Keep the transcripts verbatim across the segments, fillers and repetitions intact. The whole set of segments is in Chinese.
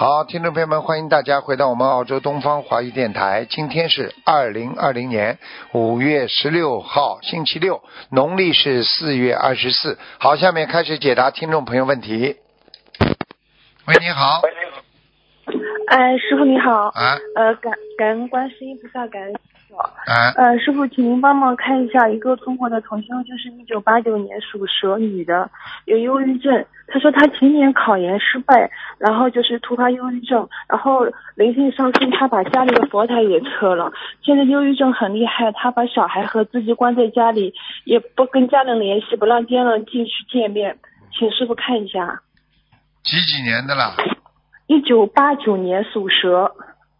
好，听众朋友们，欢迎大家回到我们澳洲东方华语电台。今天是二零二零年五月十六号，星期六，农历是四月二十四。好，下面开始解答听众朋友问题。喂，你好。 哎，师傅你好。 啊。 呃，感感恩观世音菩萨，感恩师傅。 啊。 呃，师傅，请您帮忙看一下一个中国的同修，就是一九八九年属蛇女的，有忧郁症。她说她前年考研失败，然后就是突发忧郁症，然后灵性上升，她把家里的佛台也撤了。现在忧郁症很厉害，她把小孩和自己关在家里，也不跟家人联系，不让家人进去见面，请师傅看一下。 几几年的啦？ 一九八九年属蛇。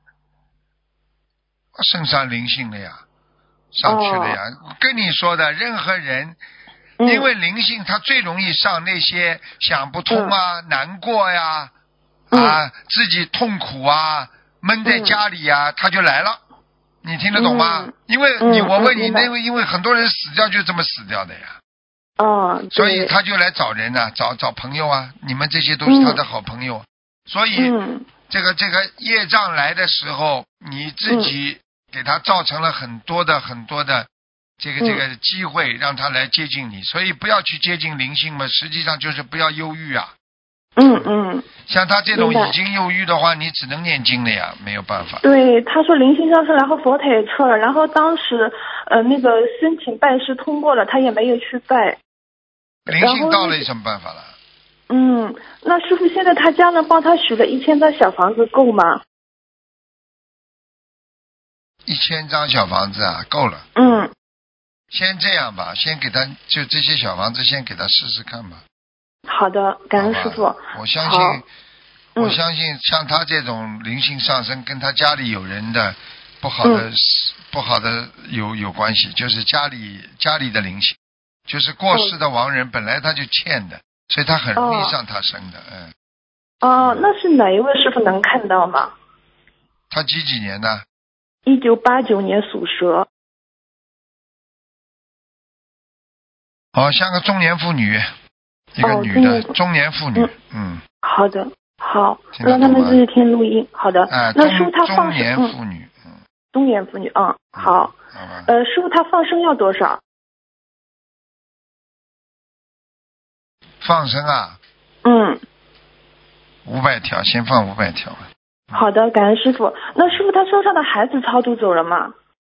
身上灵性了呀，上去了呀。我、哦、跟你说的，任何人。 嗯、 因为灵性它最容易上那些想不通啊、嗯、难过呀、 嗯、 啊自己痛苦啊、闷在家里呀、啊，他、嗯、就来了。你听得懂吗？ 嗯、 因为你、嗯、我问你， 嗯、 那、嗯、因为很多人死掉就这么死掉的呀。 哦。 所以他就来找人啊，找找朋友啊，你们这些都是他的好朋友。嗯、所以、 嗯、 这个这个业障来的时候，你自己给他造成了很多的很多的。这个这个机会让他来接近你，所以不要去接近灵性嘛，实际上就是不要忧郁啊。 嗯嗯。 像他这种已经忧郁的话，你只能念经了呀，没有办法。 对，他说灵性上升，然后佛台也撤了，然后当时呃那个申请拜师通过了，他也没有去拜。 灵性到了有什么办法了？ 嗯，那师傅现在他家人帮他许了一千张小房子够吗？ 一千张小房子啊，够了。 嗯。 先这样吧，先给他就这些小房子，先给他试试看吧。 好的，感恩师傅。 我相信，嗯、我相信像他这种灵性上升，跟他家里有人的不好的、嗯、不好的有有关系，就是家里家里的灵性，就是过世的亡人、嗯、本来他就欠的，所以他很容易上他身的，嗯。 哦，嗯、那是哪一位师傅能看到吗？ 他几几年的？ 一九八九年属蛇。 哦，像个中年妇女，一个女的、哦、中年妇女，嗯。 嗯好的，好，让他们自己听录音。好的， 哎、 那师傅他放中年妇女， 嗯，中年妇女，嗯，好， 好吧。 呃，师傅他放生要多少？ 放生啊？ 嗯。 五百条，先放五百条。 好的，感恩师傅。那师傅他身上的孩子超度走了吗？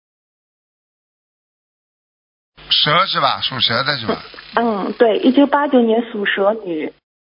蛇是吧？属蛇的是吧？ 嗯，对，一九八九年属蛇女。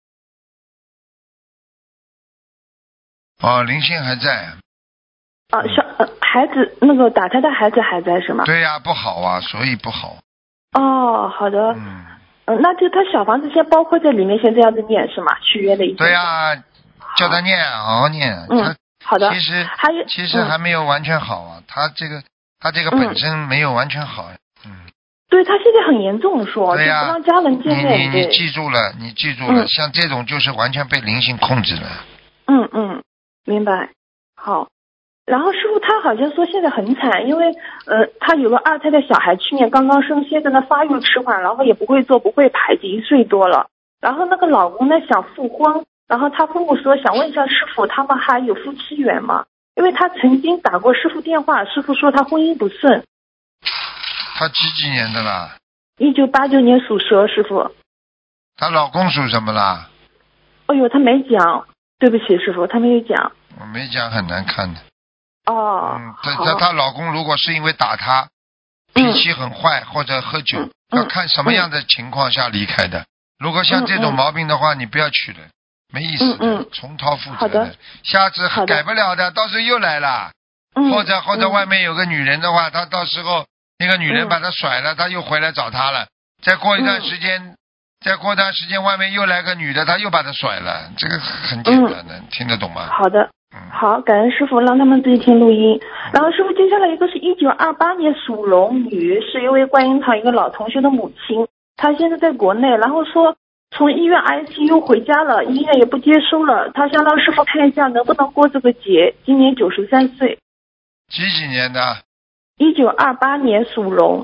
哦，灵性还在。 啊，小、呃、孩子那个打胎的孩子还在是吗？ 对呀、啊，不好啊，所以不好。 哦，好的。 嗯。 嗯、呃，那就他小房子先包括在里面，先这样子念是吗？许愿的意思。 对呀、啊，叫他念，好好念。 嗯，好的。 其实还有， 其实还没有完全好啊，嗯、他这个他这个本身没有完全好。嗯。嗯对他现在很严重，说对呀、 啊，就不让家人见面。 你你你记住了，你记住了、嗯，像这种就是完全被灵性控制了。 嗯嗯，明白。好，然后师傅他好像说现在很惨，因为呃他有个二胎的小孩，去年刚刚生，现在呢发育迟缓，然后也不会坐不会爬，已经一岁多了。然后那个老公呢想复婚，然后他父母说想问一下师傅，他们还有夫妻缘吗？因为他曾经打过师傅电话，师傅说他婚姻不顺。 他几几年的啦？ 一九八九年属蛇，师傅。 她老公属什么啦？ 哎呦，他没讲，对不起师傅，他没有讲。 我没讲，很难看的。 哦。 嗯，她她老公如果是因为打她，脾气很坏、嗯、或者喝酒、嗯，要看什么样的情况下离开的。嗯、如果像这种毛病的话，嗯、你不要娶了，没意思的， 嗯嗯、 重蹈覆辙好的。 下次改不了的，到时候又来了。 嗯、 或者或者外面有个女人的话，他到时候。那个女人把他甩了、嗯、他又回来找他了，再过一段时间、嗯、再过一段时间外面又来个女的，他又把他甩了，这个很简单的、嗯、听得懂吗？ 好的、嗯、好，感恩师傅，让他们自己听录音、嗯、然后师傅接下来一个是一九二八年属龙女，是一位观音堂一个老同学的母亲，她现在在国内，然后说从医院 I C U 回家了，医院也不接收了，她想让师傅看一下能不能过这个节，今年九十三岁。 几几年的？ 一九二八年属龙。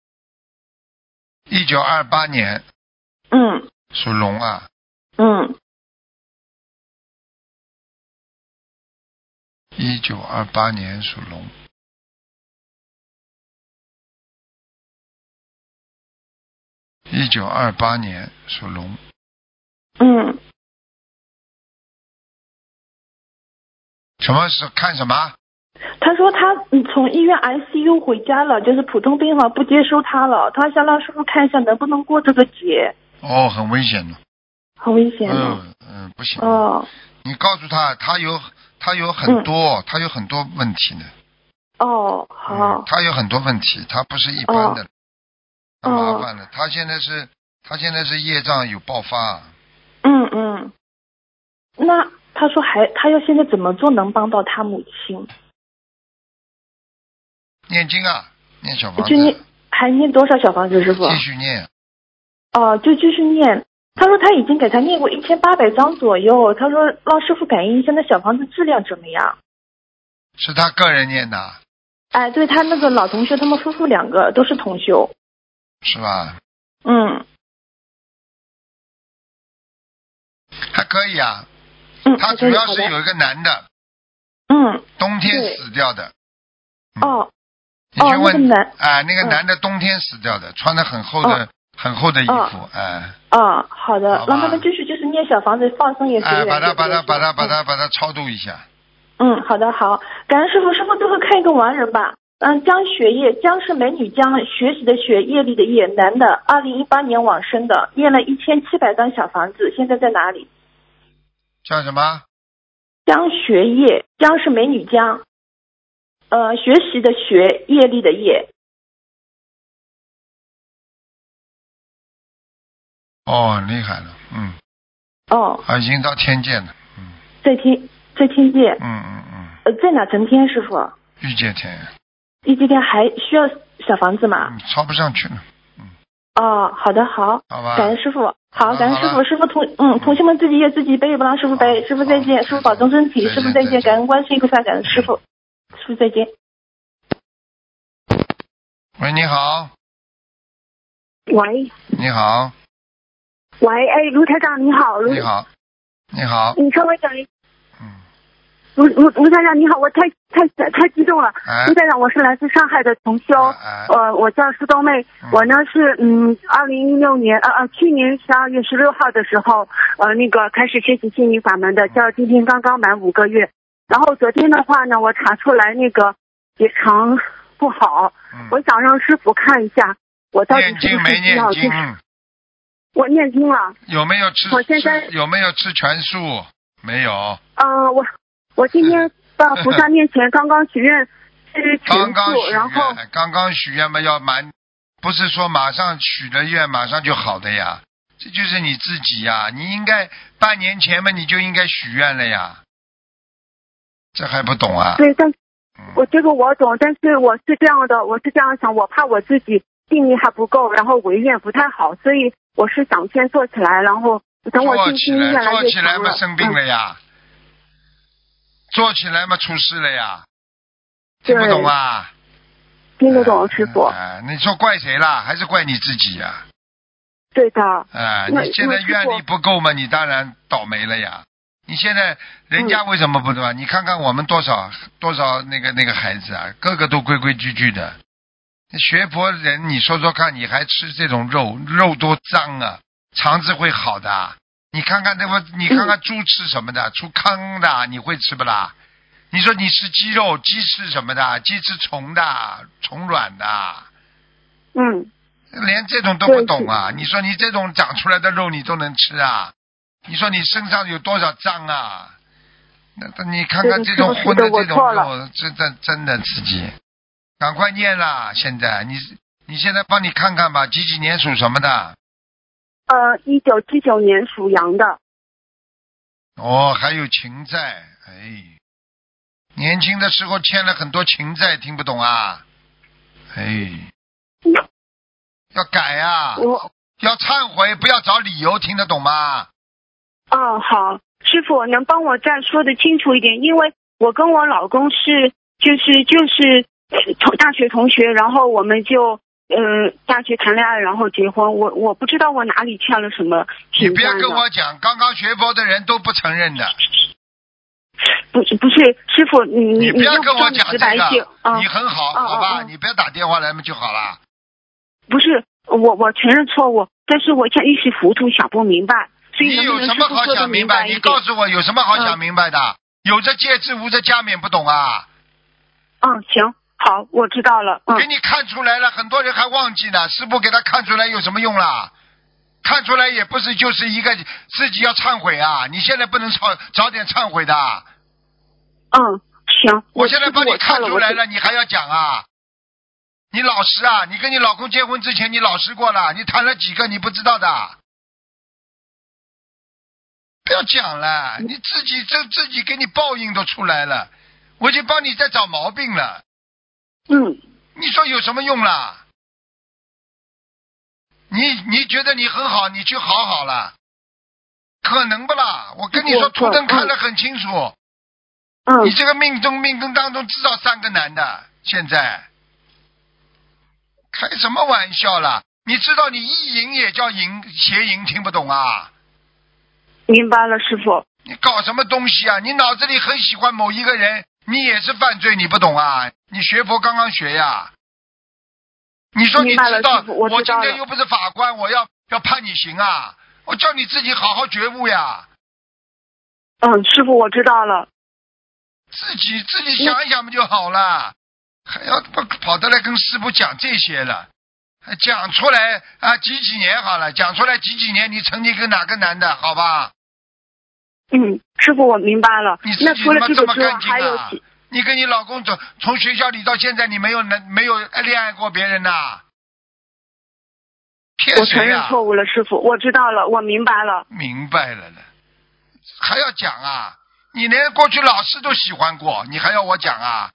一九二八年。 嗯。 属龙啊。 嗯。 一九二八年属龙。一九二八年属龙。 嗯。 什么是看什么？ 他说他从医院 I C U 回家了，就是普通病房不接收他了。他想让师傅看一下能不能过这个节。 哦，很危险的。 很危险的。 嗯嗯，不行。 哦。 你告诉他，他有他有很多，嗯、他有很多问题呢。 哦，好。 嗯、他有很多问题，他不是一般的。哦。他麻烦了，哦、他现在是他现在是业障有爆发。 嗯嗯。那他说还他要现在怎么做能帮到他母亲？ 念经啊，念小房子。 就念还念多少小房子，师傅？ 继续念。 哦，就继续念。他说他已经给他念过一千八百张左右。他说让师傅感应一下那小房子质量怎么样？ 是他个人念的。 哎，对，他那个老同学，他们夫妇两个都是同修。 是吧？ 嗯。 还可以啊。 嗯。 他主要是有一个男的。 嗯。 冬天死掉的。 哦。 你去问。 哦，那个男。 哎，那个男的冬天死掉的，穿的很厚的。 哦很厚的衣服，哎。 啊，好的，让他们继续就是念小房子，放生也随缘。 哎，把他把他把他把他把他超度一下。 嗯，好的，好，感恩师傅，师傅最后看一个亡人吧。嗯，江学业，江是美女江，学习的学，业力的业，男的，二零一八年往生的，念了一千七百张小房子，现在在哪里？ 叫什么？ 江学业，江是美女江，呃，学习的学，业力的业。 哦，厉害了，嗯。 哦。 啊，已经到天界了，嗯。 在天，在天界。 嗯嗯嗯。 呃，在哪层天，师傅？ 御界天。 御界天还需要小房子吗？ 嗯，抄不上去了，嗯。 哦，好的，好。 好吧。 感恩师傅，好，感恩师好傅，师傅同嗯同学们自己业自己背，不让师傅背。师傅再见，师傅保重身体，师傅再见，感恩观世音菩萨，感恩师傅，师傅再见。 喂，你好。 喂。 你好。 喂，哎，卢台长你好。 你好。你好。 你稍微等一。 嗯。 卢卢卢台长你好，我太太太激动了。 哎。 卢台长，我是来自上海的同修， 哎。 呃，我叫苏冬妹， 嗯、 我呢是嗯，二零一六年呃呃去年十二月十六号的时候，呃那个开始学习心灵法门的，叫今天刚刚满五个月。然后昨天的话呢，我查出来那个结肠不好， 嗯、 我想让师傅看一下，我到底是不是需要去。我念经了。 有没有吃？ 我现在有没有吃全素？没有。 嗯、呃，我我今天到菩萨面前刚刚许愿吃全素， 刚刚许然后愿，刚刚许愿嘛，要满，不是说马上许了愿马上就好的呀，这就是你自己呀，你应该半年前嘛你就应该许愿了呀，这还不懂啊？ 对，但我这个我懂，但是我是这样的，我是这样想，我怕我自己定力还不够，然后违愿不太好，所以我是想先做起来，然后等我信心越来越强了。 做起来嘛生病了呀、嗯、做起来嘛出事了呀，听不懂啊？ 听得懂，师傅。 哎、呃，你说怪谁啦？还是怪你自己呀、啊？ 对的。 哎、呃，你现在愿力不够嘛，你当然倒霉了呀。你现在人家为什么不对吧、嗯？你看看我们多少多少那个那个孩子啊，个个都规规矩矩的。学佛人，你说说看，你还吃这种肉，肉多脏啊，肠子会好的。你看看那不，你看看猪吃什么的，出糠的，你会吃不啦？你说你吃鸡肉，鸡吃什么的？鸡吃虫的，虫卵的。 嗯。 连这种都不懂啊！你说你这种长出来的肉你都能吃啊？你说你身上有多少脏啊？那你看看这种荤的这种肉，真的真的刺激。赶快念啦！现在你你现在帮你看看吧，几几年属什么的？ 呃，一九七九年属羊的。 哦，还有情债，哎，年轻的时候欠了很多情债，听不懂啊？哎，要改啊！ 我要忏悔，不要找理由，听得懂吗？ 哦，好，师傅能帮我再说的清楚一点，因为我跟我老公是就是就是同大学同学，然后我们就呃大学谈恋爱，然后结婚。我我不知道我哪里欠了什么情债。 你不要跟我讲，刚刚学佛的人都不承认的。 不是不是，师傅，你你不要要跟我讲这直白一些个， 啊！ 你很好， 啊好吧？ 啊你不要打电话来嘛就好了。 不是，我我承认错误，但是我想一时糊涂，想不明白，所以你能不能有什么好师傅说的想明白？你明白一点？ 告诉我有什么好想明白的？ 嗯、 有则戒之，无则加勉，不懂啊？ 嗯，行，好，我知道了。嗯， 给你看出来了，很多人还忘记呢。师傅给他看出来有什么用啦？看出来也不是就是一个自己要忏悔啊！你现在不能早早点忏悔的。 嗯，行。 我现在帮你看出来了， 了，你还要讲啊？你老实啊！你跟你老公结婚之前你老实过了，你谈了几个你不知道的？不要讲了，你自己这自己给你报应都出来了，我已经帮你在找毛病了。 嗯。 你说有什么用啦？你你觉得你很好，你去好好了，可能不啦？我跟你说，图腾看得很清楚。 嗯。 你这个命中命中当中至少三个男的，现在开什么玩笑啦？你知道你意淫也叫淫邪淫，听不懂啊？ 明白了，师傅。 你搞什么东西啊？你脑子里很喜欢某一个人，你也是犯罪，你不懂啊？你学佛刚刚学呀？你说你知道， 我我今天又不是法官，我要要判你刑啊！我叫你自己好好觉悟呀。 嗯，师傅，我知道了。 自己自己想一想不就好了？还要跑得来跟师傅讲这些了？讲出来啊，几几年好了？讲出来几几年？你曾经跟哪个男的？好吧？ 嗯，师傅，我明白了。 你自己怎么这么干净还有啊？你跟你老公从从学校里到现在，你没有没有恋爱过别人呐？骗谁呀？ 我承认错误了，师傅，我知道了，我明白了。 明白了了，还要讲啊？你连过去老师都喜欢过，你还要我讲啊？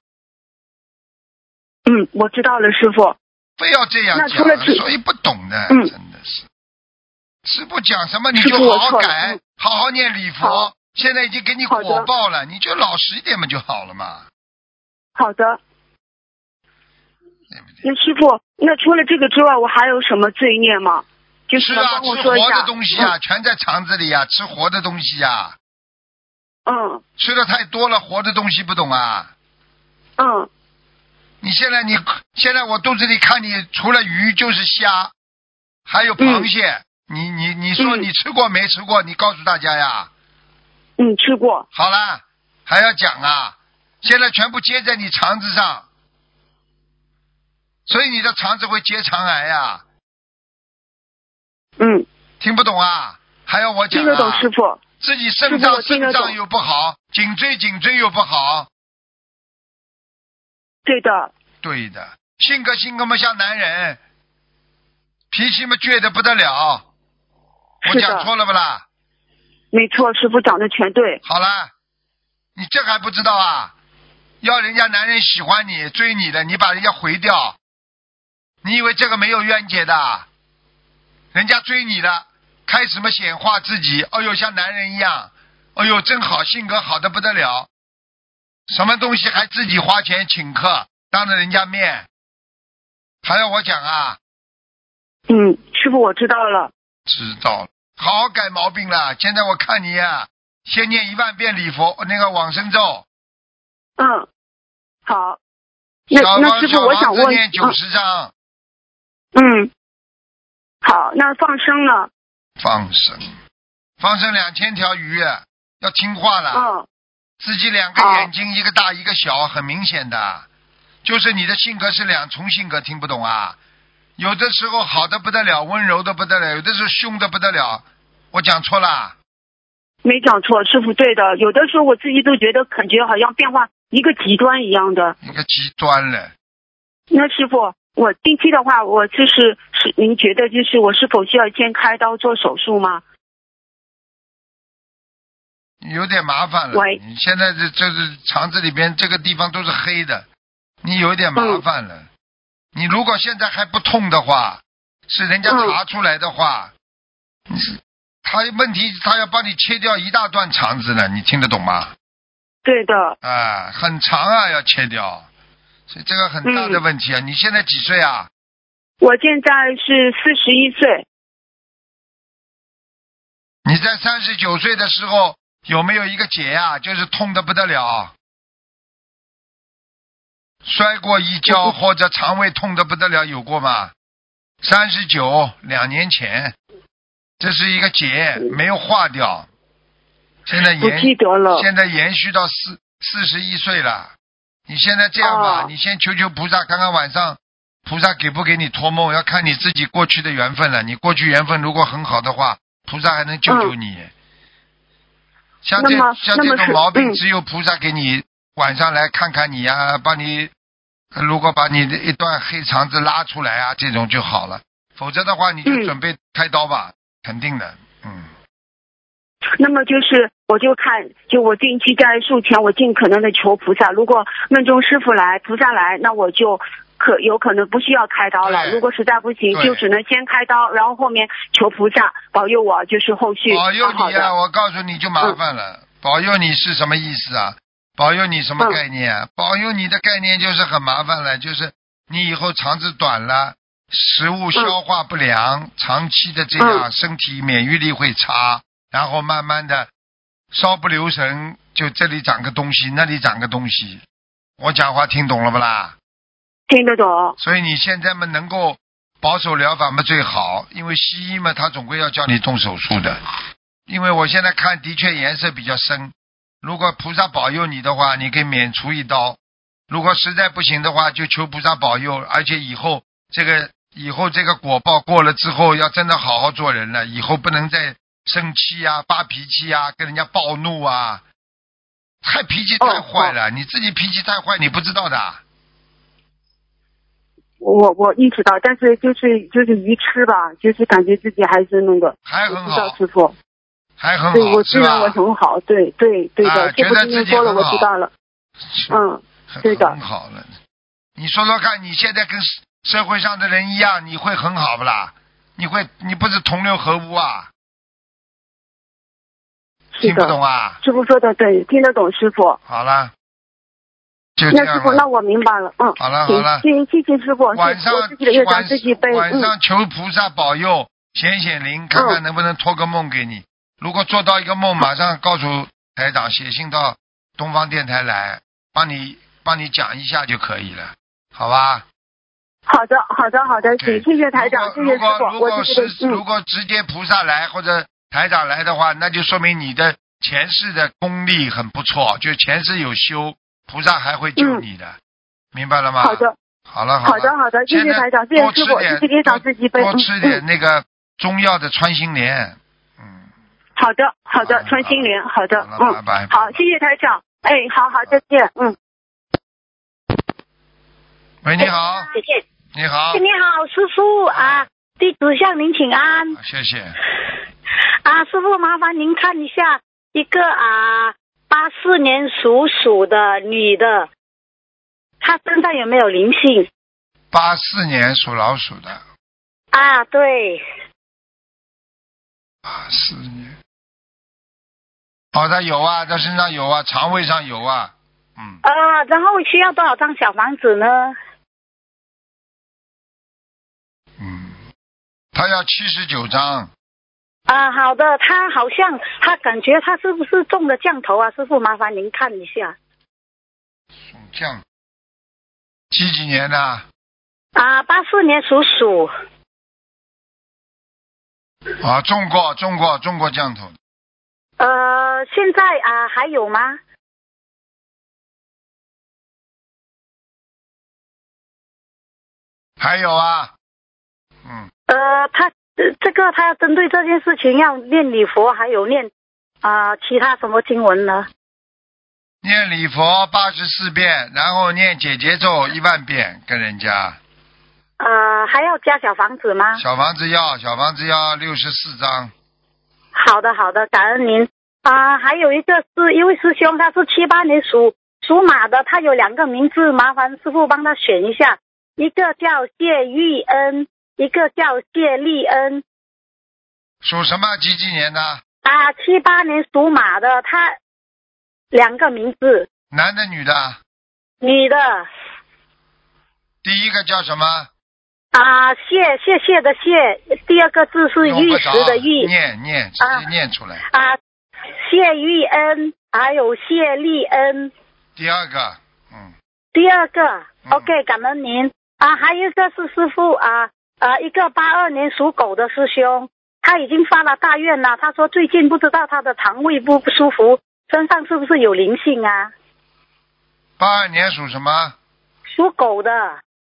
嗯，我知道了，师傅。 非要这样讲，所以不懂的， 嗯、 真的是。师傅讲什么你就好好改， 嗯、 好好念礼佛。现在已经给你果报了，你就老实一点嘛就好了嘛。 好的。那师傅，那除了这个之外，我还有什么罪孽吗？就是能帮我说一下。 吃啊，吃活的东西啊， 嗯、 全在肠子里啊，吃活的东西啊。 嗯。 吃的太多了，活的东西不懂啊。 嗯。 你现在你现在我肚子里看你除了鱼就是虾，还有螃蟹。嗯、你你你说你吃过没吃过？你告诉大家呀。 嗯，吃过。 好了，还要讲啊？现在全部接在你肠子上，所以你的肠子会结肠癌呀。 嗯。 听不懂啊？还要我讲啊？ 听得懂，师傅。 自己肾脏肾脏又不好，颈椎颈椎又不好。 对的。 对的，性格性格嘛像男人，脾气嘛倔得不得了。我讲错了不啦？ 没错，师傅讲的全对。 好了，你这还不知道啊？要人家男人喜欢你追你的，你把人家毁掉，你以为这个没有冤结的？人家追你了，开始嘛显化自己，哎呦像男人一样，哎呦真好，性格好得不得了，什么东西还自己花钱请客，当着人家面，还要我讲啊？ 嗯，师傅我知道了。 知道了。好好改毛病了。现在我看你啊，先念一万遍礼佛那个往生咒。 嗯，好。那那师傅，我想问， 念九十章。 嗯，好。那放生呢？ 放生，放生两千条鱼，要听话了。 嗯。 自己两个眼睛，一个大一个小，很明显的，就是你的性格是两重性格，听不懂啊？有的时候好的不得了，温柔的不得了，有的时候凶的不得了。我讲错了？ 没讲错，师傅对的。有的时候我自己都觉得感觉好像变化一个极端一样的。 一个极端了。 那师傅，我近期的话，我就是是您觉得就是我是否需要先开刀做手术吗？ 有点麻烦了。你现在这这是肠子里边这个地方都是黑的，你有点麻烦了。嗯、你如果现在还不痛的话，是人家查出来的话，嗯、他问题他要帮你切掉一大段肠子呢，你听得懂吗？ 对的。 啊，很长啊，要切掉，所以这个很大的问题啊。嗯、你现在几岁啊？ 我现在是四十一岁。 你在三十九岁的时候有没有一个结啊？就是痛得不得了，摔过一跤或者肠胃痛得不得了，有过吗？三十九，两年前，这是一个结，没有化掉。现在延不记得了。 现在延续到四四十一岁了。你现在这样吧， 哦、 你先求求菩萨，看看晚上菩萨给不给你托梦，要看你自己过去的缘分了。你过去缘分如果很好的话，菩萨还能救救你。嗯、像这像这种毛病，只有菩萨给你晚上来看看你呀、啊，帮你如果把你的一段黑肠子拉出来啊，这种就好了。否则的话，你就准备开刀吧，嗯、肯定的，嗯。 那么就是我就看，就我定期在术前，我尽可能的求菩萨。如果梦中师傅来，菩萨来，那我就可有可能不需要开刀了。如果实在不行，就只能先开刀，然后后面求菩萨保佑我，就是后续保佑你啊！我告诉你就麻烦了。嗯、保佑你是什么意思啊？保佑你什么概念啊？嗯、保佑你的概念就是很麻烦了，就是你以后肠子短了，食物消化不良，嗯、长期的这样，身体免疫力会差。然后慢慢的稍不留神，就这里长个东西，那里长个东西。我讲话听懂了不啦？ 听得懂。 所以你现在嘛能够保守疗法嘛最好，因为西医嘛他总归要叫你动手术的。因为我现在看的确颜色比较深，如果菩萨保佑你的话，你可以免除一刀。如果实在不行的话，就求菩萨保佑，而且以后这个以后这个果报过了之后，要真的好好做人了，以后不能再生气啊，发脾气啊，跟人家暴怒啊，太脾气太坏了。哦哦、你自己脾气太坏，你不知道的。 我我意识到，但是就是就是愚痴吧，就是感觉自己还是那个。 还很好， 师傅。 还很好， 对，我自认为很好，对对对的。 啊、觉得自己很好。 我知道了。嗯，对的。 很好了，你说说看，你现在跟社会上的人一样，你会很好不啦？你会，你不是同流合污啊？听不懂啊？ 师傅说的对，听得懂师傅。 好了，就这样了。 那师傅，那我明白了。嗯， 好了好了， 谢谢谢师傅。 晚上我自己的业障自己背。 晚上求菩萨保佑，显显灵，看看能不能托个梦给你。嗯、如果做到一个梦，马上告诉台长，写信到东方电台来，帮你帮你讲一下就可以了，好吧？ 好的好的好的，谢谢台长，谢谢师傅。 如果是、嗯、如果直接菩萨来或者台长来的话，那就说明你的前世的功力很不错，就前世有修，菩萨还会救你的，嗯、明白了吗？ 好的， 好了好的好的，谢谢台长，谢谢师傅，谢谢台长自己背。 多吃点那个中药的穿心莲，嗯。 好的好的，穿心莲，好的， 嗯，拜拜。 好，谢谢台长，哎，好好再见，嗯。 喂，你好。 再见。 你好。 你好，师傅啊，弟子向您请安。 谢谢。 啊，师傅，麻烦您看一下一个啊，八四年属鼠的女的，她身上有没有灵性？ 八四年属老鼠的。 啊，对。 八四年。哦，她有啊，她身上有啊，肠胃上有啊，嗯。 啊，然后需要多少张小房子呢？ 嗯，她要七十九张。 啊，好的，他好像他感觉他是不是中了降头啊？师傅，麻烦您看一下。 中降？几几年的？ 啊，八四年属鼠。 啊，中过，中过，中过降头。 呃，现在啊还有吗？ 还有啊，嗯。 呃，他。这个他要针对这件事情要念礼佛，还有念啊、呃、其他什么经文呢？ 念礼佛八十四遍，然后念解结咒一万遍，跟人家。 呃，还要加小房子吗？ 小房子要，小房子要六十四张。 好的，好的，感恩您啊、呃。还有一个是一位师兄，他是七八年属属马的，他有两个名字，麻烦师傅帮他选一下，一个叫谢玉恩。一个叫谢立恩。 属什么？几几年的？ 啊，七八年属马的，他两个名字。 男的女的？ 女的。 第一个叫什么？ 啊，谢谢谢的谢，第二个字是玉石的玉。 念念，直接念出来。 啊， 谢玉恩，还有谢丽恩。 第二个，嗯。 第二个、 嗯、 ，OK， 感恩您啊。还有一个是师父啊啊，一个八二年属狗的师兄，他已经发了大愿了。他说最近不知道他的肠胃不舒服，身上是不是有灵性啊？ 八二年属什么？ 属狗的。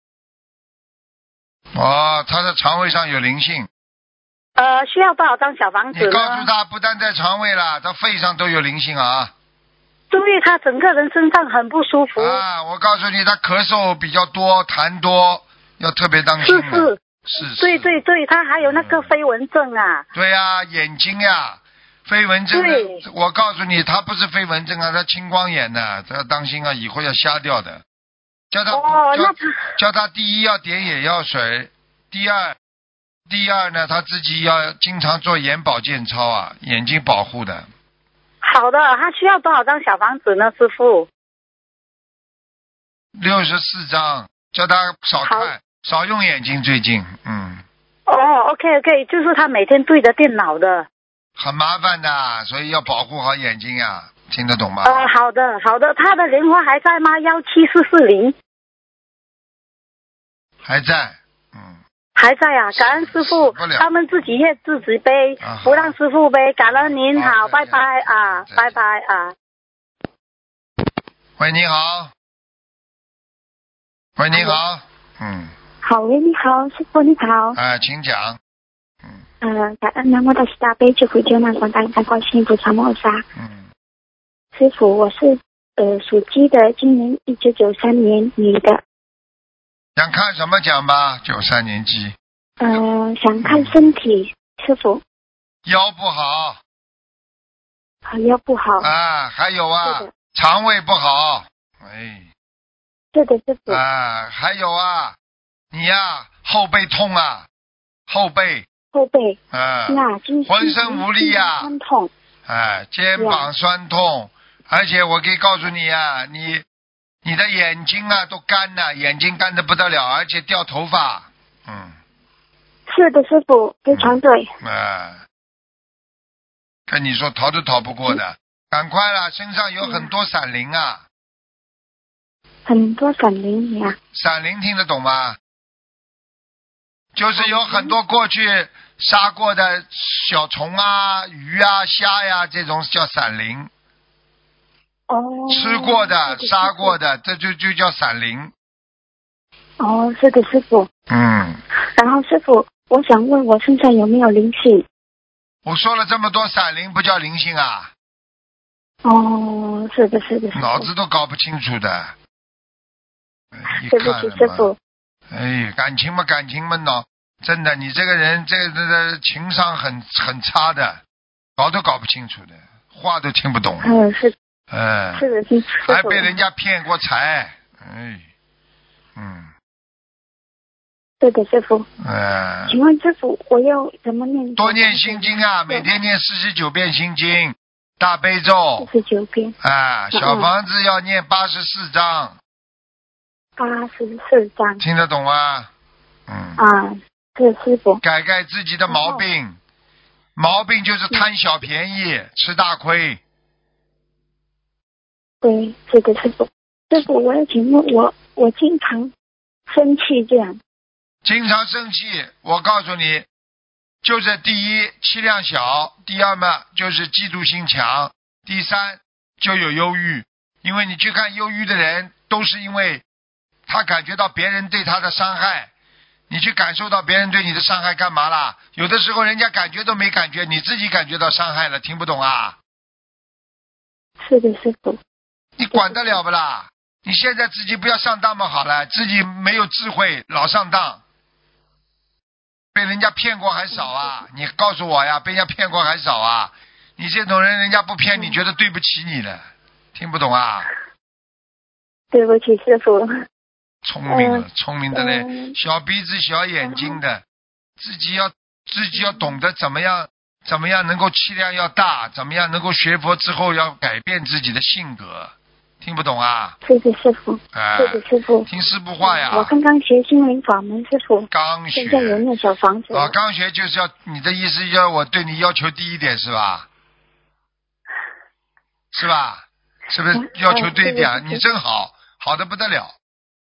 哦，他的肠胃上有灵性。 呃，需要多少张小房子呢？ 你告诉他，不但在肠胃了，他肺上都有灵性啊。 对，他整个人身上很不舒服。 啊，我告诉你，他咳嗽比较多，痰多，要特别当心。 是是是是。 对对对，他还有那个飞蚊症啊。 嗯、对呀、啊，眼睛呀，飞蚊症。对。我告诉你，他不是飞蚊症啊，他青光眼的，他要当心啊，以后要瞎掉的。叫他、 哦、 叫, 那他叫他第一要点眼药水，第二第二呢，他自己要经常做眼保健操啊，眼睛保护的。 好的，他需要多少张小房子呢，师傅？ 六十四张，叫他少看，少用眼睛。最近，嗯。 哦 ，OK OK， 就是他每天对着电脑的。 很麻烦的，所以要保护好眼睛呀、啊，听得懂吗？ 呃，好的好的，他的莲花还在吗？幺七四四零。 还在，嗯。 还在啊，感恩师父，他们自己业自己背，啊、不让师父背。感恩您好，好拜拜啊，拜拜啊。 喂，你好。喂，你好。嗯。 好，喂，你好，师父你好。 啊，请讲。 嗯。呃，感恩南无大慈大悲救苦救难广大灵感观世音菩萨摩萨。 嗯。 师父，我是呃属鸡的，今年一九九三年女的。 想看什么讲吧？九三年鸡。 呃，想看身体，嗯、师父。 腰不好。 啊，腰不好。 啊，还有啊，肠胃不好。哎。 是的，师父。 啊，还有啊，你呀、啊，后背痛啊，后背。 后背。 啊。 那浑身无力啊。 酸痛。 哎，肩膀酸痛，而且我可以告诉你啊，你。你的眼睛啊都干了，眼睛干得不得了，而且掉头发。嗯。 是的，师傅，非常对。 嗯、啊，跟你说逃都逃不过的，嗯、赶快了，身上有很多闪灵啊。 很多闪灵呀。 闪灵听得懂吗？就是有很多过去杀过的小虫啊、鱼啊、虾呀，这种叫闪灵。 哦， 吃过的、杀过的，这就就叫闪灵。 哦，是的，师傅。 嗯。 然后师傅，我想问我身上有没有灵性？ 我说了这么多闪灵，不叫灵性啊？ 哦，是的，是的。 脑子都搞不清楚的。 对不起，师傅。 哎，感情嘛，感情嘛，脑真的，你这个人，这个这个情商很很差的，搞都搞不清楚的，话都听不懂。 嗯，是。 哎， 是的，是的， 还被人家骗过财，哎，嗯， 对的，师傅。 哎， 请问师傅，我要怎么念？ 多念心经啊，每天念四十九遍心经，大悲咒。 四十九遍。 啊，小房子要念八十四章。 八十四章。 听得懂吗？嗯。 啊，是师傅。 改改自己的毛病，毛病就是贪小便宜，吃大亏。 对，是的，师傅。师傅，我要请问我，我经常生气这样。 经常生气，我告诉你，就是第一气量小，第二嘛就是嫉妒心强，第三就有忧郁。因为你去看忧郁的人，都是因为他感觉到别人对他的伤害，你去感受到别人对你的伤害干嘛啦？有的时候人家感觉都没感觉，你自己感觉到伤害了，听不懂啊？ 是的，师傅。 你管得了不啦？你现在自己不要上当嘛，好了，自己没有智慧，老上当，被人家骗过还少啊？你告诉我呀，被人家骗过还少啊？你这种人，人家不骗你，觉得对不起你了，听不懂啊？ 对不起，师傅。 聪明了，聪明的嘞，小鼻子小眼睛的，自己要自己要懂得怎么样。怎么样能够气量要大？怎么样能够学佛之后要改变自己的性格？听不懂啊？ 谢谢师傅。 哎， 谢谢师傅。 听师父话呀。 我刚刚学心灵法门，师傅。 刚学。 现在有那小房子。 啊，刚学就是要你的意思，要我对你要求低一点是吧？ 是吧？是不是要求对一点？你真好，好的不得了，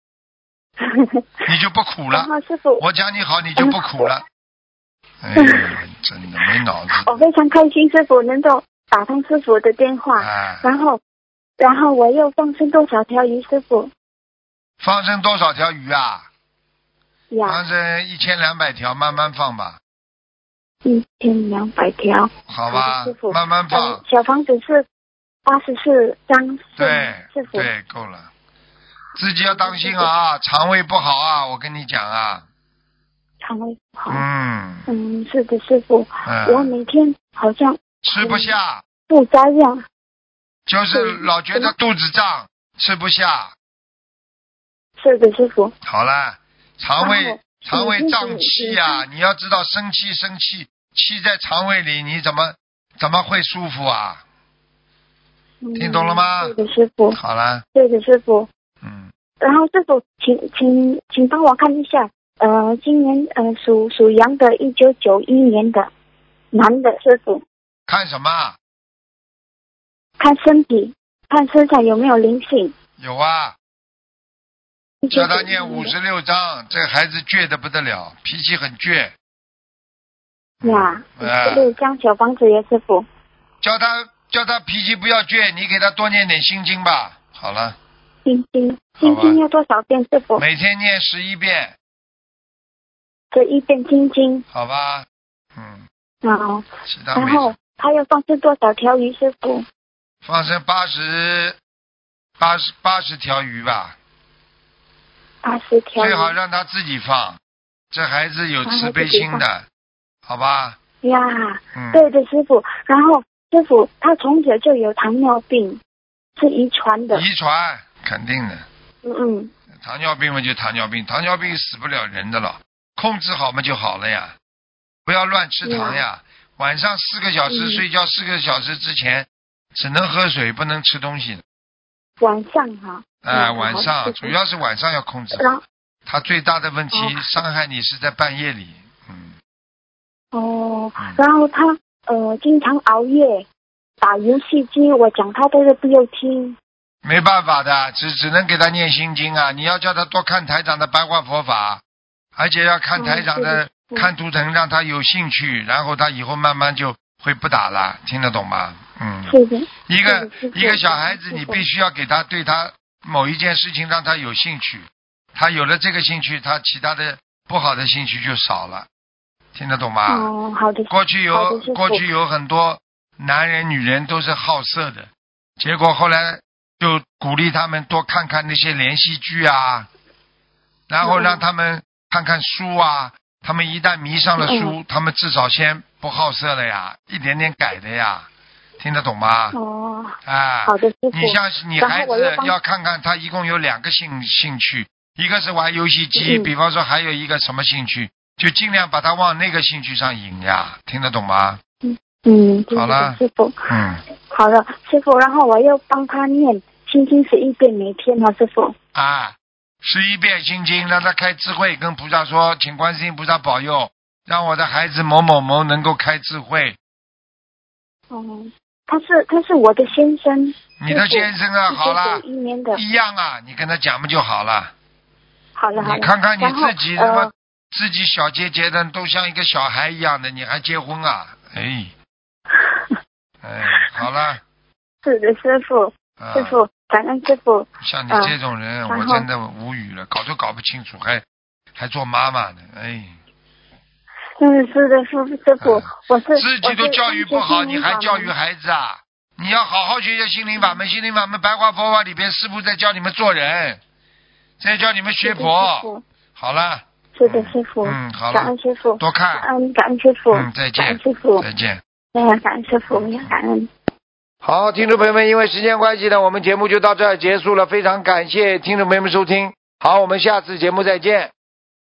你就不苦了。 然后师傅， 我讲你好，你就不苦了。哎，真的没脑子。 我非常开心，师傅能够打通师傅的电话， 哎、 然后，然后我又放生多少条鱼，师傅？ 放生多少条鱼啊？ 呀， 放生一千两百条，慢慢放吧。 一千两百条。 好吧， 师傅慢慢放。 嗯、小房子是八十四张。 对， 师傅。 对，够了。自己要当心啊，肠胃不好啊，我跟你讲啊。 肠胃不好。 嗯。 嗯，是的，师傅。嗯、我每天好像吃不下。 不扎样。 就是老觉得肚子胀，吃不下。 是的，师傅。 好了，肠胃肠胃胀气呀、啊，你要知道生气生气，气在肠胃里，你怎么怎么会舒服啊？ 嗯、 听懂了吗？ 对的，师傅。 好了。 对的，师傅。 嗯。 然后师傅，请请请帮我看一下，呃，今年呃属属羊的，一九九一年的男的师傅。 看什么？ 看身体，看身上有没有灵性。 有啊。叫他念五十六章，这个孩子倔得不得了，脾气很倔。 呀，五十六张小房子也师傅。 叫他叫他脾气不要倔，你给他多念点心经吧。好了。 心经，心经要多少遍师傅？ 每天念十一遍。 这一遍心经。 好吧。嗯。 好。 其他然后他要放生多少条鱼师傅？ 放生八十八十八十条鱼吧。 八十条。 最好让他自己放，这孩子有慈悲心的，好吧？ 呀， 嗯， 对的师傅。然后师傅他从小就有糖尿病，是遗传的。 遗传肯定的。 嗯嗯。 糖尿病嘛就糖尿病，糖尿病死不了人的了，控制好嘛就好了呀。不要乱吃糖呀，晚上四个小时、嗯、睡觉四个小时之前只能喝水，不能吃东西。 晚上哈。 哎、呃，晚上主要是晚上要控制。他最大的问题、哦、伤害你是在半夜里。嗯。 哦，然后他呃经常熬夜打游戏机，我讲他都是不要听。 没办法的，只只能给他念心经啊！你要叫他多看台长的白话佛法，而且要看台长的、哦、看图腾，让他有兴趣，然后他以后慢慢就会不打了，听得懂吗？嗯。 是的。 一个一个小孩子，你必须要给他对他某一件事情让他有兴趣，他有了这个兴趣，他其他的不好的兴趣就少了，听得懂吗？ 哦，好的。 过去有过去有很多男人女人都是好色的，结果后来就鼓励他们多看看那些连续剧啊，然后让他们看看书啊，他们一旦迷上了书，他们至少先不好色了呀，一点点改的呀。听得懂吗？ 哦， 哎， 好的，师傅。 你像你孩子要看看他一共有两个兴兴趣，一个是玩游戏机、嗯，比方说还有一个什么兴趣，就尽量把他往那个兴趣上引呀，听得懂吗？ 嗯嗯， 好了， 师傅。 嗯， 好了，师傅，然后我又帮他念心经十一遍每天哦，师傅。 啊，十一遍心经，让他开智慧，跟菩萨说，请观世音菩萨保佑，让我的孩子某某某能够开智慧。 哦。他是他是我的先生。 你的先生啊，好了， 一年的一样啊，你跟他讲不就好了？ 好了好了。 你看看你自己什么、 呃、 自己小结节的，都像一个小孩一样的，你还结婚啊？哎，哎，好了。 是的，师傅， 啊、 师傅，感恩师傅。 像你这种人，呃、我真的无语了，搞都搞不清楚，还还做妈妈呢，哎。 嗯，是的，师师傅，我是自己都教育不好，你还教育孩子啊？你要好好学学心灵法门，心灵法门白话佛法里边，师父在教你们做人，在教你们学佛。好了。 是的，师傅。 嗯，好了。 感恩师傅。 多看。 感恩感恩师傅。 嗯，再见。 感恩师傅。 再见。 哎呀，感恩师傅，感恩。 好，听众朋友们，因为时间关系呢，我们节目就到这儿结束了，非常感谢听众朋友们收听。好，我们下次节目再见。